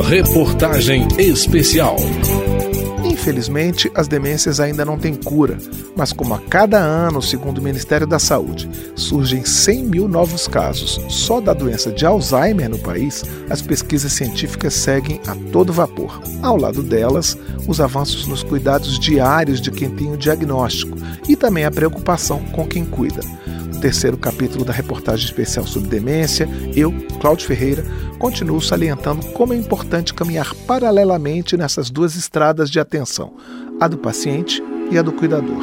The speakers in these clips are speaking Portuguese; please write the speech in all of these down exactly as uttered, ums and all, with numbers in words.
Reportagem especial. Infelizmente, as demências ainda não têm cura, mas como a cada ano, segundo o Ministério da Saúde, surgem cem mil novos casos só da doença de Alzheimer no país, as pesquisas científicas seguem a todo vapor. Ao lado delas, os avanços nos cuidados diários de quem tem o diagnóstico e também a preocupação com quem cuida. No terceiro capítulo da reportagem especial sobre demência, eu, Cláudio Ferreira, continuo salientando como é importante caminhar paralelamente nessas duas estradas de atenção, a do paciente e a do cuidador.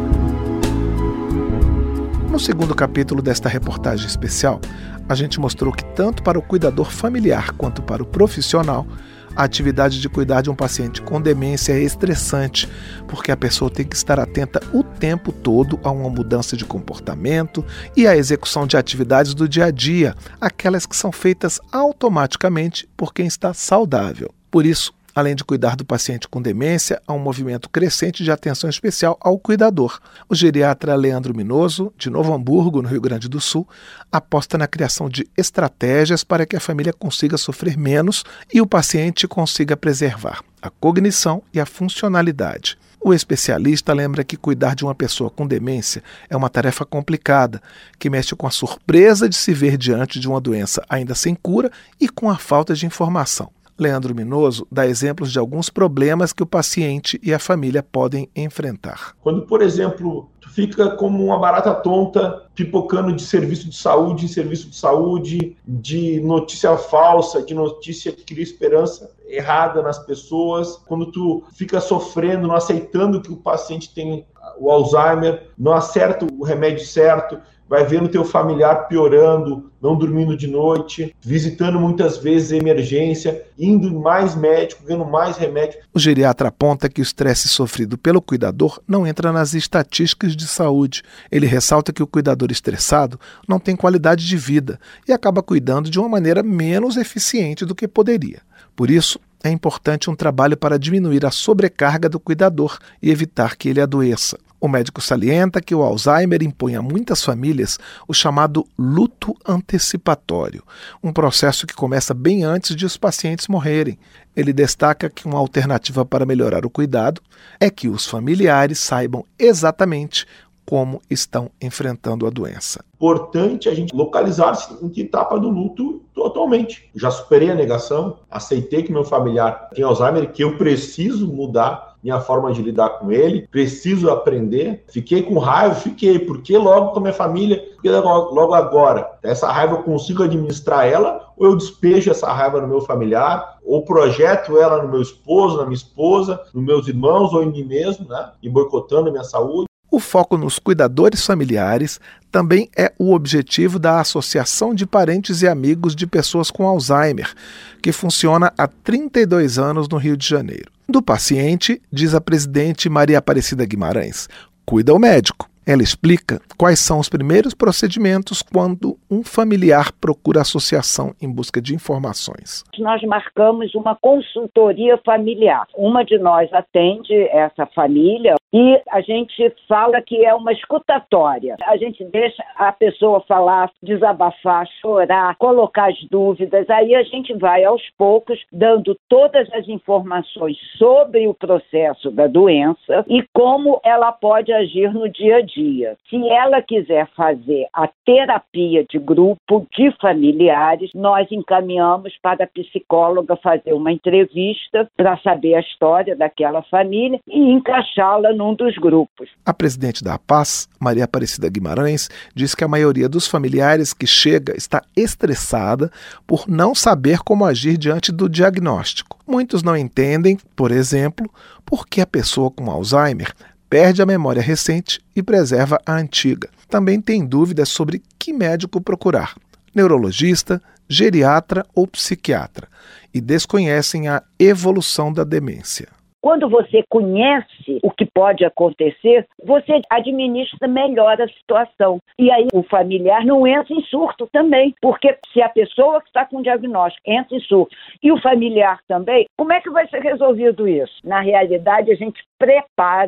No segundo capítulo desta reportagem especial, a gente mostrou que tanto para o cuidador familiar quanto para o profissional, a atividade de cuidar de um paciente com demência é estressante, porque a pessoa tem que estar atenta o tempo todo a uma mudança de comportamento e à execução de atividades do dia a dia, aquelas que são feitas automaticamente por quem está saudável. Por isso, além de cuidar do paciente com demência, há um movimento crescente de atenção especial ao cuidador. O geriatra Leandro Minoso, de Novo Hamburgo, no Rio Grande do Sul, aposta na criação de estratégias para que a família consiga sofrer menos e o paciente consiga preservar a cognição e a funcionalidade. O especialista lembra que cuidar de uma pessoa com demência é uma tarefa complicada, que mexe com a surpresa de se ver diante de uma doença ainda sem cura e com a falta de informação. Leandro Minoso dá exemplos de alguns problemas que o paciente e a família podem enfrentar. Quando, por exemplo, tu fica como uma barata tonta, pipocando de serviço de saúde em serviço de saúde, de notícia falsa, de notícia que cria esperança errada nas pessoas, quando tu fica sofrendo, não aceitando que o paciente tem o Alzheimer, não acerta o remédio certo, vai vendo teu familiar piorando, não dormindo de noite, visitando muitas vezes a emergência, indo em mais médico, vendo mais remédio. O geriatra aponta que o estresse sofrido pelo cuidador não entra nas estatísticas de saúde. Ele ressalta que o cuidador estressado não tem qualidade de vida e acaba cuidando de uma maneira menos eficiente do que poderia. Por isso, é importante um trabalho para diminuir a sobrecarga do cuidador e evitar que ele adoeça. O médico salienta que o Alzheimer impõe a muitas famílias o chamado luto antecipatório, um processo que começa bem antes de os pacientes morrerem. Ele destaca que uma alternativa para melhorar o cuidado é que os familiares saibam exatamente como estão enfrentando a doença. Importante a gente localizar-se em que etapa do luto atualmente. Já superei a negação, aceitei que meu familiar tem Alzheimer, que eu preciso mudar minha forma de lidar com ele, preciso aprender. Fiquei com raiva, fiquei, porque logo com a minha família, porque logo, logo agora, essa raiva eu consigo administrar ela, ou eu despejo essa raiva no meu familiar, ou projeto ela no meu esposo, na minha esposa, nos meus irmãos, ou em mim mesmo, né? E boicotando a minha saúde. O foco nos cuidadores familiares também é o objetivo da Associação de Parentes e Amigos de Pessoas com Alzheimer, que funciona há trinta e dois anos no Rio de Janeiro. Do paciente, diz a presidente Maria Aparecida Guimarães, cuida o médico. Ela explica quais são os primeiros procedimentos quando um familiar procura a associação em busca de informações. Nós marcamos uma consultoria familiar. Uma de nós atende essa família e a gente fala que é uma escutatória. A gente deixa a pessoa falar, desabafar, chorar, colocar as dúvidas. Aí a gente vai aos poucos dando todas as informações sobre o processo da doença e como ela pode agir no dia a dia. Dia. Se ela quiser fazer a terapia de grupo, de familiares, nós encaminhamos para a psicóloga fazer uma entrevista para saber a história daquela família e encaixá-la num dos grupos. A presidente da APAS, Maria Aparecida Guimarães, diz que a maioria dos familiares que chega está estressada por não saber como agir diante do diagnóstico. Muitos não entendem, por exemplo, por que a pessoa com Alzheimer perde a memória recente e preserva a antiga. Também tem dúvidas sobre que médico procurar, neurologista, geriatra ou psiquiatra, e desconhecem a evolução da demência. Quando você conhece o que pode acontecer, você administra melhor a situação. E aí o familiar não entra em surto também, porque se a pessoa que está com diagnóstico entra em surto e o familiar também, como é que vai ser resolvido isso? Na realidade, a gente prepara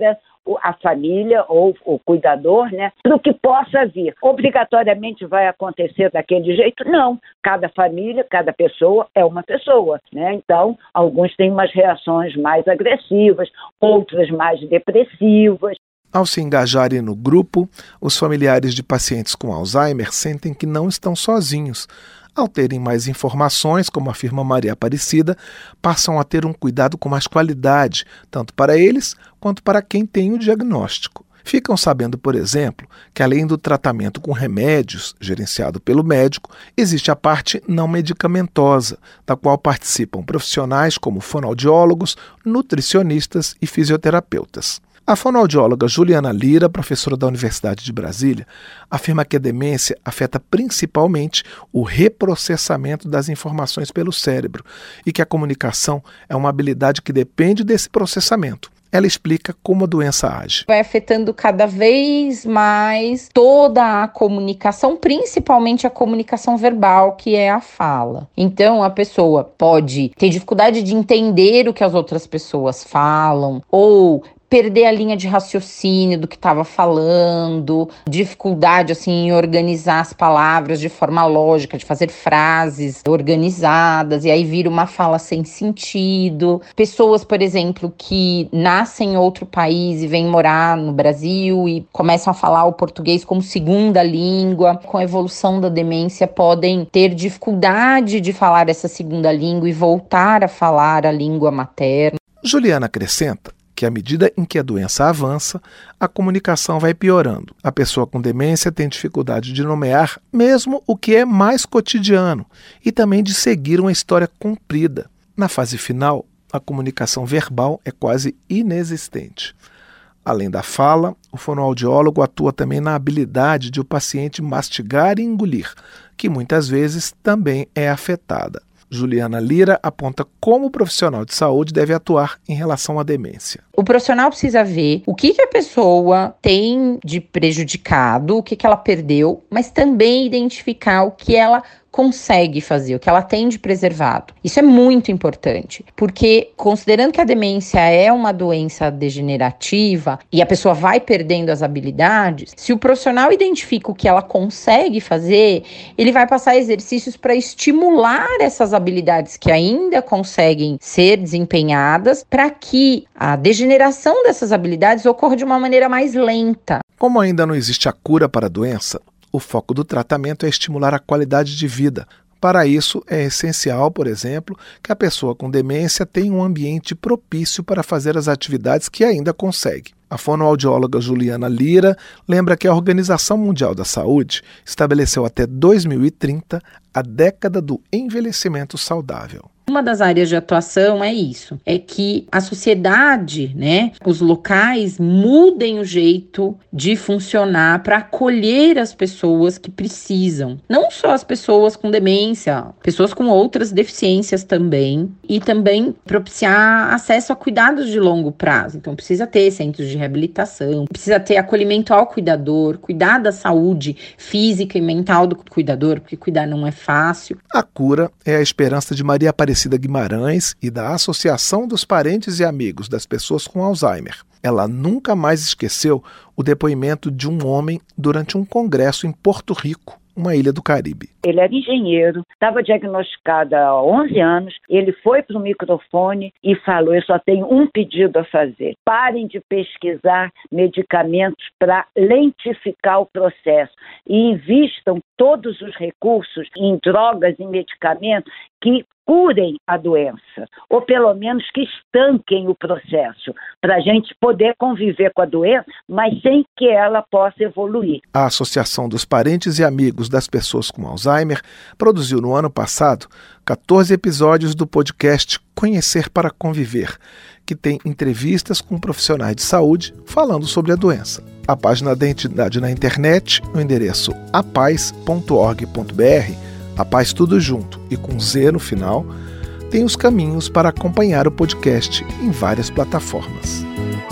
a família ou o cuidador, né, para o que possa vir. Obrigatoriamente vai acontecer daquele jeito? Não. Cada família, cada pessoa é uma pessoa, né? Então, alguns têm umas reações mais agressivas, outras mais depressivas. Ao se engajarem no grupo, os familiares de pacientes com Alzheimer sentem que não estão sozinhos. Ao terem mais informações, como afirma Maria Aparecida, passam a ter um cuidado com mais qualidade, tanto para eles quanto para quem tem o diagnóstico. Ficam sabendo, por exemplo, que além do tratamento com remédios, gerenciado pelo médico, existe a parte não medicamentosa, da qual participam profissionais como fonoaudiólogos, nutricionistas e fisioterapeutas. A fonoaudióloga Juliana Lira, professora da Universidade de Brasília, afirma que a demência afeta principalmente o reprocessamento das informações pelo cérebro e que a comunicação é uma habilidade que depende desse processamento. Ela explica como a doença age. Vai afetando cada vez mais toda a comunicação, principalmente a comunicação verbal, que é a fala. Então, a pessoa pode ter dificuldade de entender o que as outras pessoas falam, ou perder a linha de raciocínio do que estava falando, dificuldade assim, em organizar as palavras de forma lógica, de fazer frases organizadas, e aí vira uma fala sem sentido. Pessoas, por exemplo, que nascem em outro país e vêm morar no Brasil e começam a falar o português como segunda língua, com a evolução da demência podem ter dificuldade de falar essa segunda língua e voltar a falar a língua materna. Juliana acrescenta que à medida em que a doença avança, a comunicação vai piorando. A pessoa com demência tem dificuldade de nomear mesmo o que é mais cotidiano e também de seguir uma história comprida. Na fase final, a comunicação verbal é quase inexistente. Além da fala, o fonoaudiólogo atua também na habilidade de o paciente mastigar e engolir, que muitas vezes também é afetada. Juliana Lira aponta como o profissional de saúde deve atuar em relação à demência. O profissional precisa ver o que, que a pessoa tem de prejudicado, o que, que ela perdeu, mas também identificar o que ela consegue fazer, o que ela tem de preservado. Isso é muito importante, porque considerando que a demência é uma doença degenerativa e a pessoa vai perdendo as habilidades, se o profissional identifica o que ela consegue fazer, ele vai passar exercícios para estimular essas habilidades que ainda conseguem ser desempenhadas, para que a degeneração dessas habilidades ocorra de uma maneira mais lenta. Como ainda não existe a cura para a doença, o foco do tratamento é estimular a qualidade de vida. Para isso, é essencial, por exemplo, que a pessoa com demência tenha um ambiente propício para fazer as atividades que ainda consegue. A fonoaudióloga Juliana Lira lembra que a Organização Mundial da Saúde estabeleceu até dois mil e trinta a década do envelhecimento saudável. Uma das áreas de atuação é isso, é que a sociedade, né, os locais mudem o jeito de funcionar para acolher as pessoas que precisam. Não só as pessoas com demência, pessoas com outras deficiências também, e também propiciar acesso a cuidados de longo prazo. Então precisa ter centros de reabilitação, precisa ter acolhimento ao cuidador, cuidar da saúde física e mental do cuidador, porque cuidar não é fácil. A cura é a esperança de Maria Aparecida Guimarães e da Associação dos Parentes e Amigos das Pessoas com Alzheimer. Ela nunca mais esqueceu o depoimento de um homem durante um congresso em Porto Rico, uma ilha do Caribe. Ele era engenheiro, estava diagnosticado há onze anos, ele foi para o microfone e falou: eu só tenho um pedido a fazer, parem de pesquisar medicamentos para lentificar o processo e invistam todos os recursos em drogas e medicamentos que curem a doença, ou pelo menos que estanquem o processo, para a gente poder conviver com a doença, mas sem que ela possa evoluir. A Associação dos Parentes e Amigos das Pessoas com Alzheimer produziu no ano passado quatorze episódios do podcast Conhecer para Conviver, que tem entrevistas com profissionais de saúde falando sobre a doença. A página da entidade na internet, no endereço apaz ponto org ponto br, A Paz tudo junto e com Z no final, tem os caminhos para acompanhar o podcast em várias plataformas.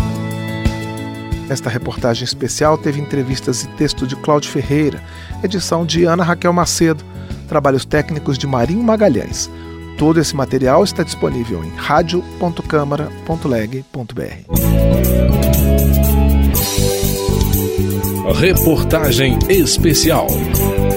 Esta reportagem especial teve entrevistas e texto de Cláudio Ferreira, edição de Ana Raquel Macedo, trabalhos técnicos de Marinho Magalhães. Todo esse material está disponível em radio ponto câmara ponto leg ponto br. Reportagem especial.